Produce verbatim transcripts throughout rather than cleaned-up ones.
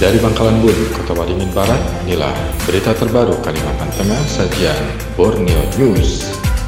Dari Bangkalan Bun, Kota Waringin Barat, inilah berita terbaru Kalimantan Tengah, sajian Borneo News.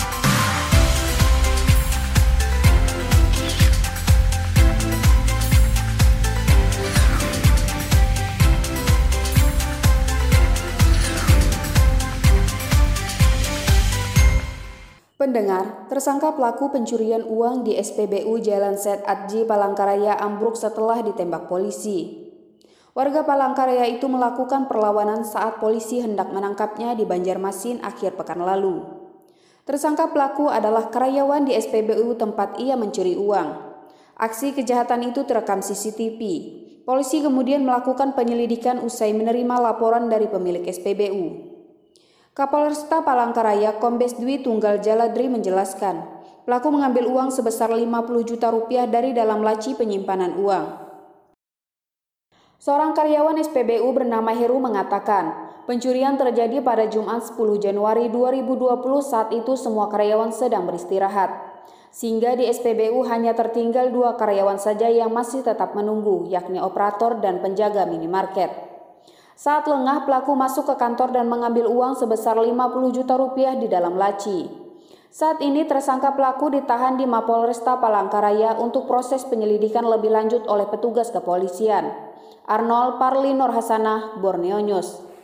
Pendengar, tersangka pelaku pencurian uang di S P B U Jalan Syed Atji Palangkaraya ambruk setelah ditembak polisi. Warga Palangkaraya itu melakukan perlawanan saat polisi hendak menangkapnya di Banjarmasin akhir pekan lalu. Tersangka pelaku adalah karyawan di S P B U tempat ia mencuri uang. Aksi kejahatan itu terekam C C T V. Polisi kemudian melakukan penyelidikan usai menerima laporan dari pemilik S P B U. Kapolresta Palangkaraya Kombes Dwi Tunggal Jaladri menjelaskan, pelaku mengambil uang sebesar lima puluh juta rupiah dari dalam laci penyimpanan uang. Seorang karyawan S P B U bernama Heru mengatakan, pencurian terjadi pada Jumat sepuluh Januari dua ribu dua puluh. Saat itu semua karyawan sedang beristirahat, sehingga di S P B U hanya tertinggal dua karyawan saja yang masih tetap menunggu, yakni operator dan penjaga minimarket. Saat lengah, pelaku masuk ke kantor dan mengambil uang sebesar lima puluh juta rupiah di dalam laci. Saat ini tersangka pelaku ditahan di Mapolresta Palangkaraya untuk proses penyelidikan lebih lanjut oleh petugas kepolisian. Arnold Parli Nur Hasanah, Borneo News.